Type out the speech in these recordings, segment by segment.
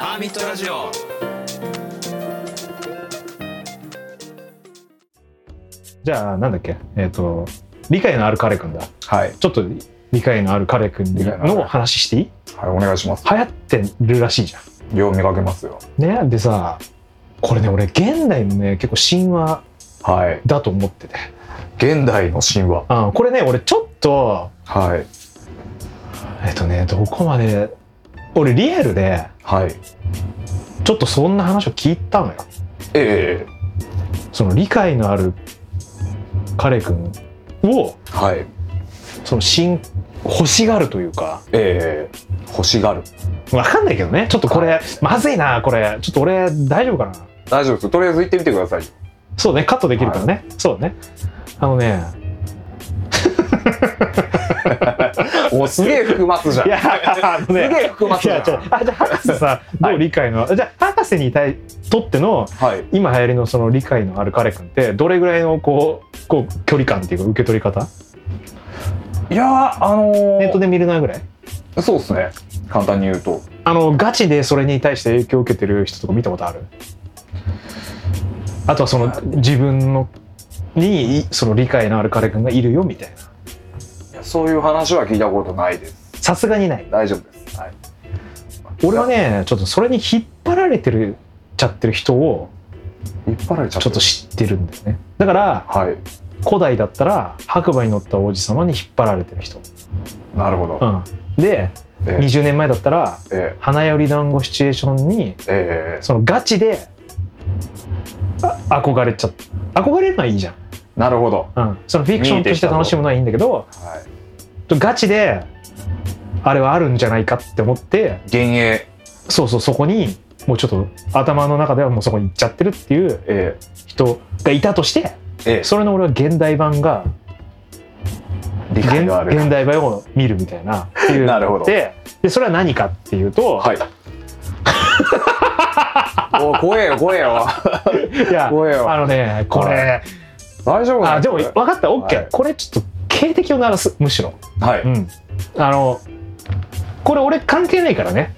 ハーミットラジオ。 じゃあなんだっけ、理解のある彼くんだ。 はい。 ちょっと理解のある彼くんの話していい？ はい、お願いします。 流行ってるらしいじゃん。よう見かけますよ。 ね、でさ、これね、俺現代のね、結構神話だと思ってて。 現代の神話。 これね、俺ちょっと、 はい。 どこまで、俺リアルで、 はい。 ちょっとそんな話を聞いたのよ。その理解のある彼くんを、 はい。 その欲しがるというか、 欲しがる。 わかんないけどね。ちょっとこれ、まずいな、これ。ちょっと俺、大丈夫かな？ 大丈夫です。とりあえず行ってみてください。 そうね、カットできるからね。はい、そうね。 もうすげえ含ますじゃん。 いや、 すげえ含ますじゃん。 じゃあ博士さ、どう理解の、じゃあ博士にとっての、今流行りのその理解のある彼くんって、どれぐらいのこう距離感っていうか受け取り方？ いやネットで見るなぐらい？ そうですね。簡単に言うと。 ガチでそれに対して影響を受けてる人とか見たことある？あとはその自分にその理解のある彼くんがいるよみたいな。 そういう話は聞いたことないです。 さすがにない。 大丈夫です。はい。 俺はね、ちょっとそれに引っ張られてるちゃってる人をちょっと知ってるんだよね。だから、はい、古代だったら白馬に乗った王子様に引っ張られてる人。 なるほど。 で、20年前だったら、花より団子シチュエーションに、そのガチで憧れるのはいいじゃん。 なるほど。 そのフィクションとして楽しむのはいいんだけど、ガチであれはあるんじゃないかって思って幻影、 そこにもうちょっと頭の中ではもうそこに行っちゃってるっていう人がいたとして、それの俺は現代版が理解がある現代版を見るみたいなっていうなるほど。 でそれは何かっていうと、 はいお怖えよいやこれ大丈夫なんでも分かった、 OK、これちょっと警笛を鳴らす、むしろ。 はい、 これ俺関係ないからね。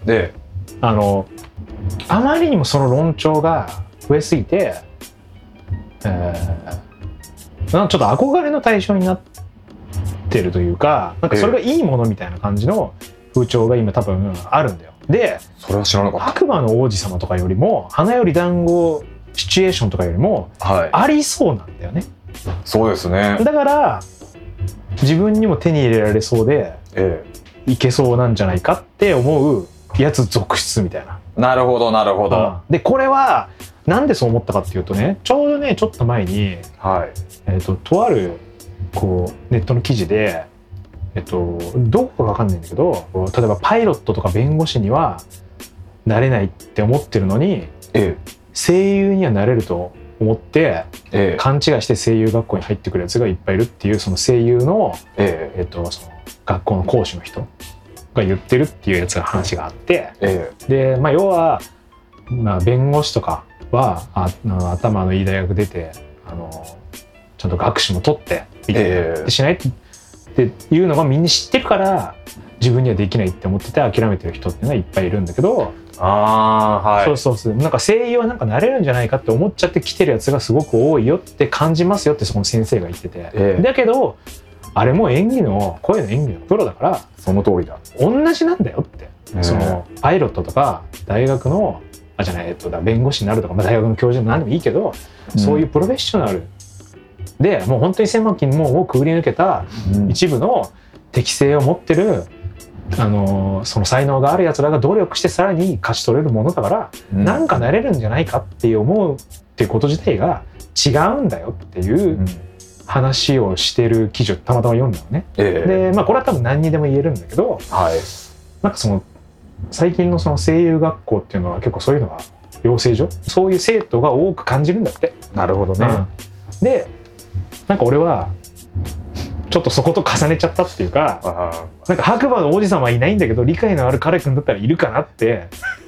あまりにもその論調が増えすぎて、ちょっと憧れの対象になってるというか、なんかそれがいいものみたいな感じの風潮が今多分あるんだよ。で、 それは知らなかった。 白馬の王子様とかよりも花より団子シチュエーションとかよりもありそうなんだよね。 そうですね。 だから自分にも手に入れられそうで、いけそうなんじゃないかって思うやつ続出みたいな。 なるほどなるほど。 でこれはなんでそう思ったかっていうとね、ちょうどねちょっと前に、とあるこうネットの記事で、どこか分かんないんだけど、例えばパイロットとか弁護士にはなれないって思ってるのに、声優にはなれると思って、勘違いして声優学校に入ってくるやつがいっぱいいるっていう、その声優の、その学校の講師の人が言ってるっていうやつが話があって、で、要は、弁護士とかは頭のいい大学出てちゃんと学士も取ってみたいな、しないっていうのがみんな知ってるから自分にはできないって思ってて諦めてる人っていうのはいっぱいいるんだけど、そうなんか声優はなんかなれるんじゃないかって思っちゃって来てるやつがすごく多いよって感じますよってその先生が言ってて、だけどあれも声の演技のプロだから、 その通りだ、 同じなんだよって、そのパイロットとか大学の弁護士になるとか、大学の教授でも何でもいいけど、そういうプロフェッショナルでもう本当に狭き門をくぐり抜けた一部の適性を持ってる、その才能があるやつらが努力してさらに勝ち取れるものだから、なんかなれるんじゃないかって思うっていうこと自体が違うんだよっていう話をしてる記事をたまたま読んだのね。で、これは多分何にでも言えるんだけど、なんかその最近のその声優学校っていうのは結構そういうのが養成所、そういう生徒が多く感じるんだって。 なるほどね。 で、なんか俺はちょっとそこと重ねちゃったっていうか、なんか白馬の王子様はいないんだけど理解のある彼くんだったらいるかなって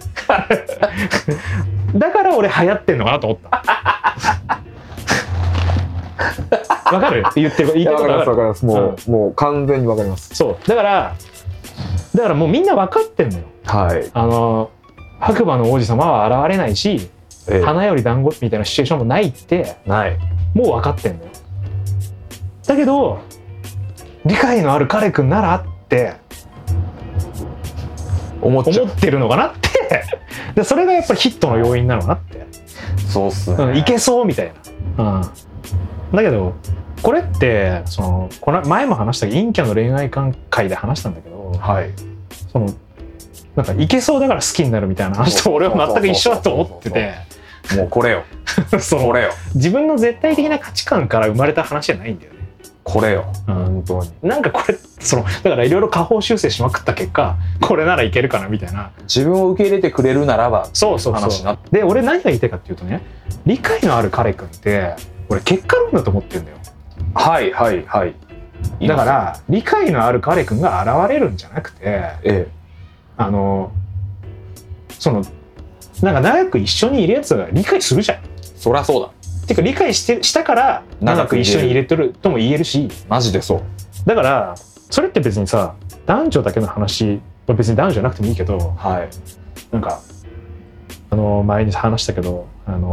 だから俺流行ってんのかなと思った。わかる？言ってることわかる。 わかります。もう完全にわかります。 そうだからもうみんな分かってんのよ。 白馬の王子様は現れないし、花より団子みたいなシチュエーションもないってないもう分かってんのよ。だけど理解のある彼君ならって思ってるのかなってでそれがやっぱりヒットの要因なのかなって。 そうっすね、 いけそうみたいな、だけどこれってこの前も話した陰キャの恋愛観会で話したんだけど、 はい、 なんかいけそうだから好きになるみたいな話と俺は全く一緒だと思ってて、 もうこれよこれよ、 自分の絶対的な価値観から生まれた話じゃないんだよね。 これよ、本当になんかこれだからいろいろ下方修正しまくった結果これならいけるかなみたいな、 自分を受け入れてくれるならばそうで俺何が言いたいかっていうとね、理解のある彼君って俺結果論だと思ってるんだよ。 はいはいはい。 だから理解のある彼君が現れるんじゃなくて、なんか長く一緒にいるやつが理解するじゃん。 そりゃそうだ。 てか理解したから長く一緒に入れてるとも言えるし、 マジでそう。 だからそれって別にさ、男女だけの話、別に男女じゃなくてもいいけど、 はい、 なんか前に話したけど、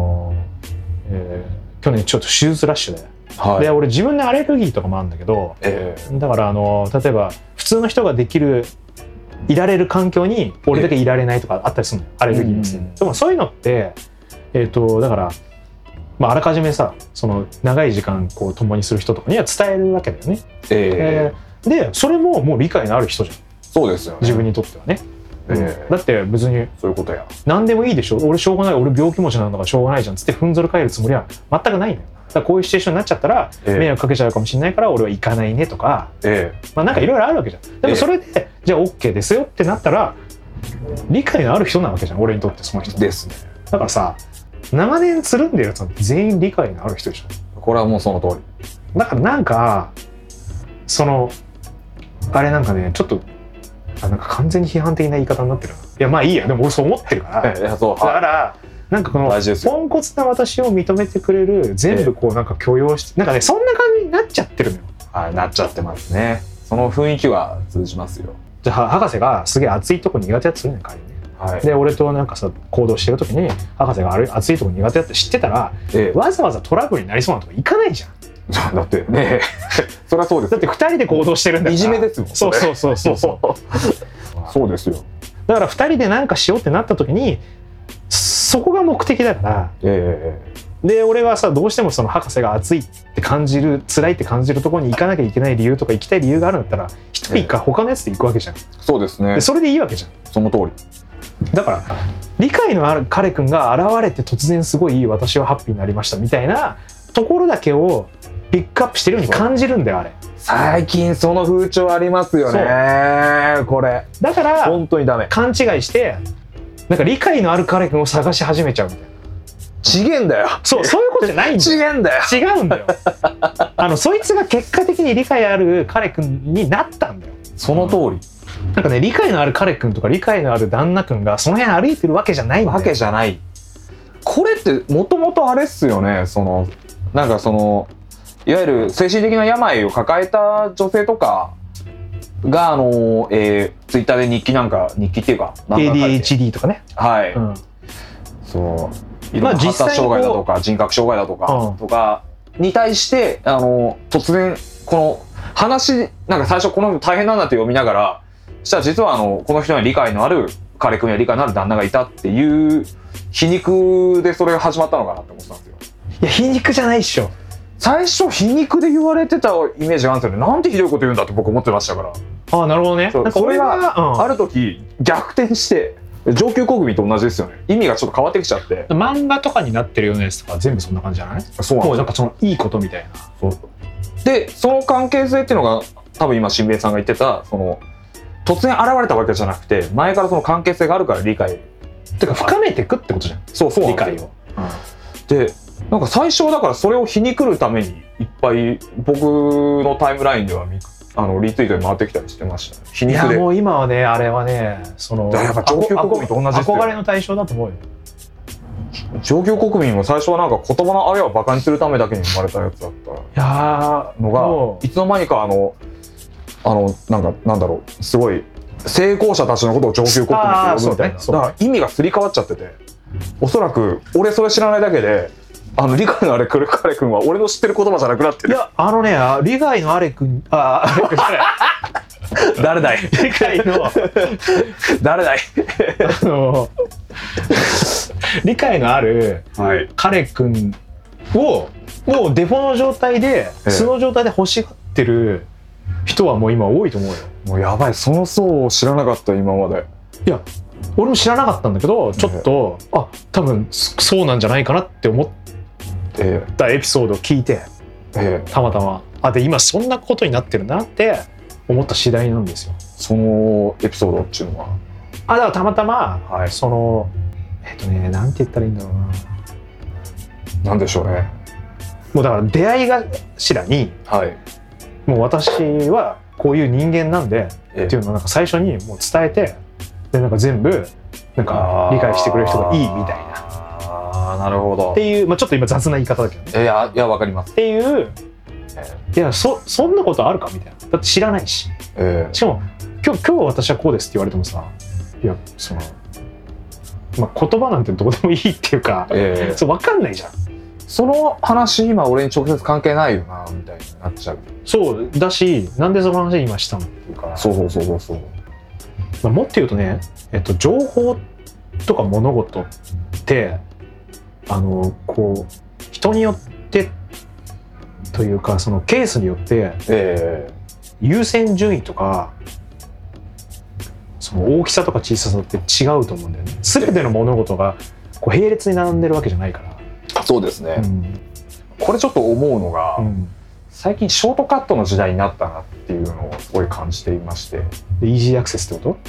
去年ちょっと手術ラッシュで、はい、で俺自分でアレルギーとかもあるんだけど、だから例えば普通の人がいられる環境に俺だけいられないとかあったりするのよ、アレルギーです、でもそういうのってだから、あらかじめさ、長い時間共にする人とかには伝えるわけだよね。でそれももう理解のある人じゃん。 そうですよね、 自分にとってはね。だって別にそういうことや、 何でもいいでしょ、俺しょうがない、俺病気持ちなんだからしょうがないじゃんつってふんぞり返るつもりは全くないんだよ。だからこういうシチュエーションになっちゃったら迷惑かけちゃうかもしれないから俺は行かないねとか、なんかいろいろあるわけじゃん。でもそれでじゃあ OK ですよってなったら理解のある人なわけじゃん、俺にとってその人ですね。 だからさ、長年つるんでるやつは全員理解のある人でしょ。 これはもうその通りだからなんかあれなんかね、ちょっとなんか完全に批判的な言い方になってるな。いやまあいいや、でも俺そう思ってるからだからなんかこのポンコツな私を認めてくれる、全部なんか許容して、なんかねそんな感じになっちゃってるのよ。 なっちゃってますね。その雰囲気は通じますよ。 じゃあ博士がすげえ熱いとこ苦手だとするねん、仮にね。で俺となんかさ行動してる時に博士が熱いとこ苦手だって知ってたら、わざわざトラブルになりそうなとこ行かないじゃん。 だってねそりゃそうです。 だって2人で行動してるんだから。 いじめですもん。 そうそうですよ。 だから2人で何かしようってなった時にそこが目的だから、で俺はさどうしてもその博士が熱いって感じる、辛いって感じるところに行かなきゃいけない理由とか行きたい理由があるんだったら1人か他のやつで行くわけじゃん。 そうですね。 でそれでいいわけじゃん。 その通り。 だから理解のある彼君が現れて突然すごい私はハッピーになりましたみたいなところだけをピックアップしてるように感じるんだよ、あれ。 最近その風潮ありますよね。これだから本当にダメ。 勘違いしてなんか理解のある彼君を探し始めちゃうみたいな。 ちげんだよ。そういうことじゃないんだよ。 ちげんだよ。 違うんだよそいつが結果的に理解ある彼君になったんだよ。 その通り。 なんかね、理解のある彼君とか理解のある旦那君がその辺歩いてるわけじゃないんだよ。 わけじゃない。これってもともとあれっすよね。なんかいわゆる精神的な病を抱えた女性とかがツイッターで日記っていうか ADHD とかね。 はい。そういろんな発達障害だとか人格障害だとか、とかに対して突然この話なんか最初この人大変なんだって読みながら、したら実はこの人には理解のある彼君や理解のある旦那がいたっていう皮肉でそれが始まったのかなって思ってたんですよ。 いや皮肉じゃないっしょ。 最初皮肉で言われてたイメージがあるんですよね。なんてひどいこと言うんだって僕思ってましたから。 ああなるほどね。なんかそれがある時逆転して上級国民と同じですよね。意味がちょっと変わってきちゃって。 漫画とかになってるようなやつとか全部そんな感じじゃない？そうなんです。もうなんかいいことみたいな。 そうでその関係性っていうのが多分今新兵衛さんが言ってた突然現れたわけじゃなくて前からその関係性があるから理解てか深めていくってことじゃん。そう理解を。 でなんか最初だからそれを皮肉るためにいっぱい僕のタイムラインではリツイートで回ってきたりしてましたね。皮肉で。いやもう今はねあれはねやっぱ上級国民と同じですよ。憧れの対象だと思うよ。上級国民も最初はなんか言葉のあれはバカにするためだけに生まれたやつだったのがいつの間にかなんだろうすごい成功者たちのことを上級国民と呼ぶみたいな、だから意味がすり替わっちゃってて、おそらく俺それ知らないだけで理解のある彼君は俺の知ってる言葉じゃなくなってる。 いや理解のあれ君誰だい理解の誰だい理解のある彼君をもうデフォの状態で素の状態で欲しがってる人はもう今多いと思うよ。 もうやばい、その層を知らなかった今まで。 いや俺も知らなかったんだけど、ちょっと多分そうなんじゃないかなって思ったエピソードを聞いて、たまたまで今そんなことになってるなって思った次第なんですよ。 そのエピソードっていうのはだからたまたま、そのなんて言ったらいいんだろうな、 なんでしょうね。 もうだから出会い頭に、もう私はこういう人間なんで、っていうのをなんか最初にもう伝えて、でなんか全部なんか理解してくれる人がいいみたいな。 なるほど。 っていう、ちょっと今雑な言い方だけどね。 いやわかります。 っていう、いやそんなことあるかみたいな。だって知らないし。しかも今日私はこうですって言われてもさ、いやその言葉なんてどうでもいいっていうか、そう分かんないじゃん。 その話今俺に直接関係ないよなみたいになっちゃう。 そうだし、なんでその話今したのっていうか。そう。もっと言うとね、情報とか物事ってこう人によってというか、そのケースによって優先順位とかその大きさとか小ささって違うと思うんだよね。全ての物事がこう並列に並んでるわけじゃないから。 そうですね、これちょっと思うのが、最近ショートカットの時代になったなっていうのをすごい感じていまして。 イージーアクセスってこと？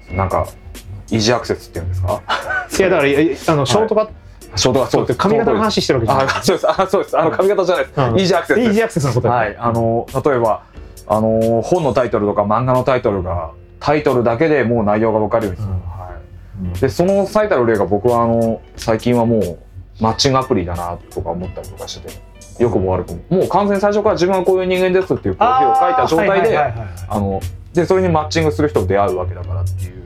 なんかイージーアクセスっていうんですか？ いやだからショートカット、そうって髪型の話してるわけじゃない。 そうです。髪型じゃないです。イージーアクセス。 イージーアクセスのこと。 例えば本のタイトルとか漫画のタイトルだけでもう内容が分かるようにする。でその最たる例が、僕は最近はもうマッチングアプリだなとか思ったりとかしてて、よくも悪くももう完全に最初から自分はこういう人間ですっていうプロフィールを書いた状態で、でそれにマッチングする人と出会うわけだからっていう。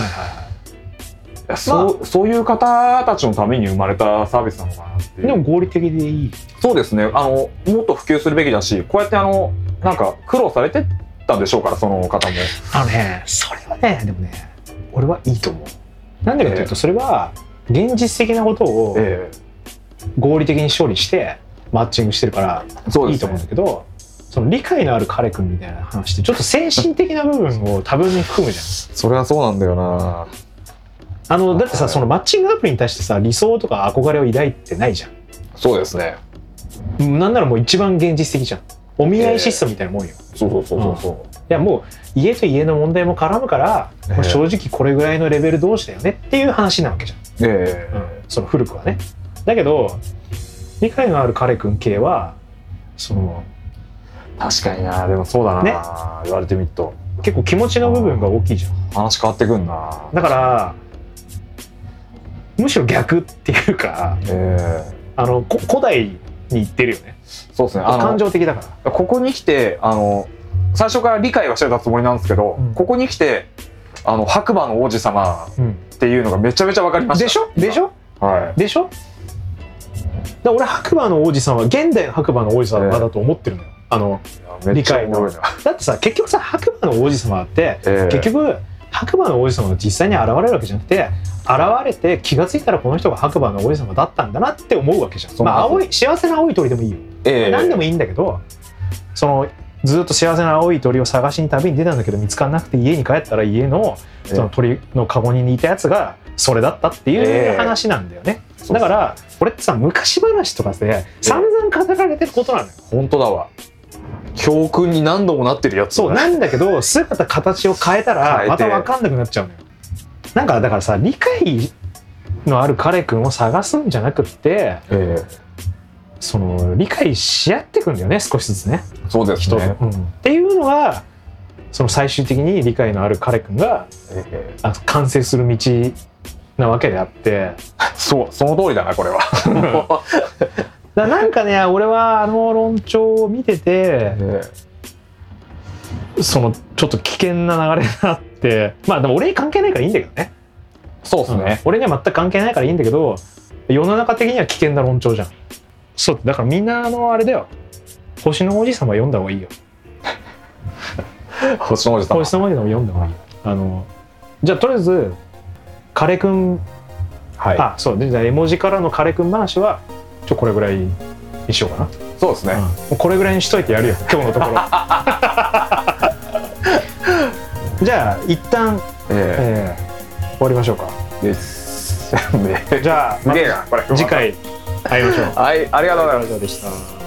そういう方たちのために生まれたサービスなのかなっていう。 でも合理的でいい。 そうですね。もっと普及するべきだし、こうやってなんか苦労されてたんでしょうから、その方も。 それはね、でもね、俺はいいと思う。なんでかというと、それは現実的なことを合理的に処理してマッチングしてるからいいと思うんだけど、その理解のある彼君みたいな話ってちょっと精神的な部分を多分に含むじゃん。 それはそうなんだよな。 だってさ、そのマッチングアプリに対してさ、理想とか憧れを抱いてないじゃん。 そうですね。 なんならもう一番現実的じゃん。お見合いシステムみたいなもんよ。いやもう家と家の問題も絡むから、正直これぐらいのレベル同士だよねっていう話なわけじゃん。その古くはね。だけど理解のある彼君系は確かにな。でもそうだな、言われてみると結構気持ちの部分が大きいじゃん。 話変わってくんな。 だからむしろ逆っていうか、古代に行ってるよね。 そうですね。 感情的だから。 ここに来て最初から理解はしてたつもりなんですけど、ここに来て白馬の王子様っていうのがめちゃめちゃ分かりました。 でしょ、でしょ。だ俺白馬の王子様は現代の白馬の王子様だと思ってるのよ。理解の。だってさ、結局さ、白馬の王子様って、結局白馬の王子様が実際に現れるわけじゃなくて、現れて気が付いたらこの人が白馬の王子様だったんだなって思うわけじゃん。幸せな青い鳥でもいいよ。何でもいいんだけど、ずっと幸せな青い鳥を探しに旅に出たんだけど見つからなくて、家に帰ったら家のその鳥のカゴに似たやつがそれだったっていう話なんだよね。だからこれってさ、昔話とかで散々語られてることなのよ。 本当だわ。教訓に何度もなってるやつ。 そうなんだけど、姿形を変えたらまた分かんなくなっちゃうのよ。なんかだからさ、理解のある彼君を探すんじゃなくって、理解し合っていくんだよね、少しずつね。 そうですね。 っていうのが最終的に理解のある彼君が完成する道なわけであって、 その通りだな、これは。 なんかね、俺は論調を見てて、 ちょっと危険な流れだって、まあでも俺に関係ないからいいんだけどね。 そうですね、 俺には全く関係ないからいいんだけど、世の中的には危険な論調じゃん。そうだからみんなあれだよ、星の王子様読んだ方がいいよ。 星の王子様読んだ方がいいよ。じゃあとりあえずカレくん、はい、そうで、じゃあ絵文字からのカレくん話はこれぐらいにしようかな。 そうですね、 もうこれぐらいにしといてやるよ今日のところ。じゃあ一旦、終わりましょうか。 です。 じゃあまた次回会いましょう。 はい、ありがとうございます。 以上でした。